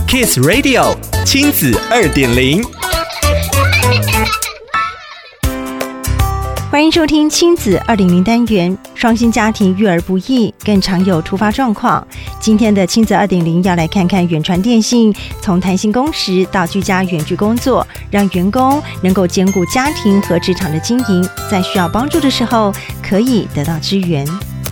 Kiss Radio 亲子2.0， 欢迎收听亲子2.0单元。双薪家庭育儿不易，更常有突发状况。今天的亲子2.0要来看看远传电信从弹性工时到居家远距工作，让员工能够兼顾家庭和职场的经营，在需要帮助的时候可以得到支援。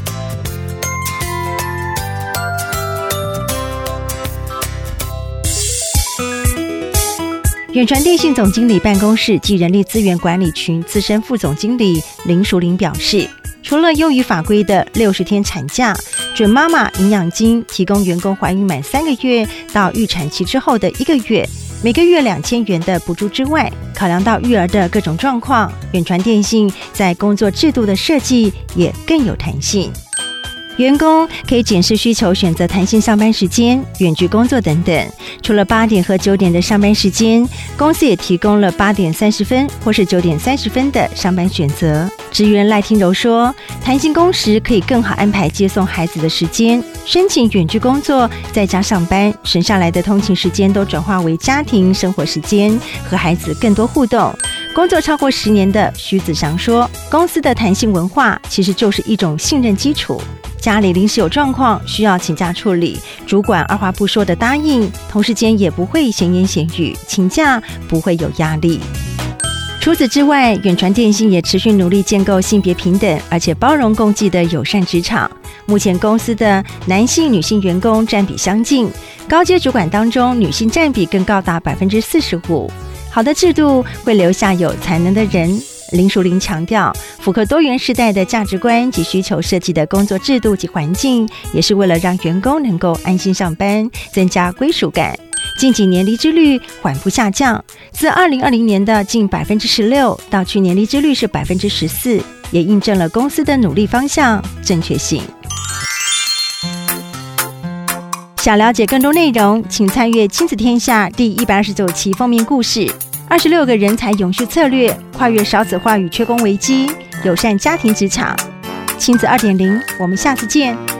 远传电信总经理办公室及人力资源管理群资深副总经理林淑玲表示，除了优于法规的60天产假、准妈妈营养金提供员工怀孕满3个月到预产期之后的1个月，每个月2000元的补助之外，考量到育儿的各种状况，远传电信在工作制度的设计也更有弹性。员工可以检视需求，选择弹性上班时间、远距工作等等。除了8点和9点的上班时间，公司也提供了8点30分或是9点30分的上班选择。职员赖听柔说，弹性工时可以更好安排接送孩子的时间，申请远距工作在家上班，省下来的通勤时间都转化为家庭生活时间，和孩子更多互动。工作超过10年的徐子祥说，公司的弹性文化其实就是一种信任基础。家里临时有状况需要请假处理，主管二话不说的答应，同事间也不会闲言闲语，请假不会有压力。除此之外，远传电信也持续努力建构性别平等而且包容共济的友善职场。目前公司的男性女性员工占比相近，高阶主管当中女性占比更高达45%。好的制度会留下有才能的人。林淑玲强调，符合多元世代的价值观及需求设计的工作制度及环境，也是为了让员工能够安心上班，增加归属感。近几年离职率缓步下降，自2020年的近16%到去年离职率是14%，也印证了公司的努力方向正确性。想了解更多内容，请参阅《亲子天下》第129期封面故事：26个人才永续策略，跨越少子化与缺工危机，友善家庭职场。亲子2.0，我们下次见。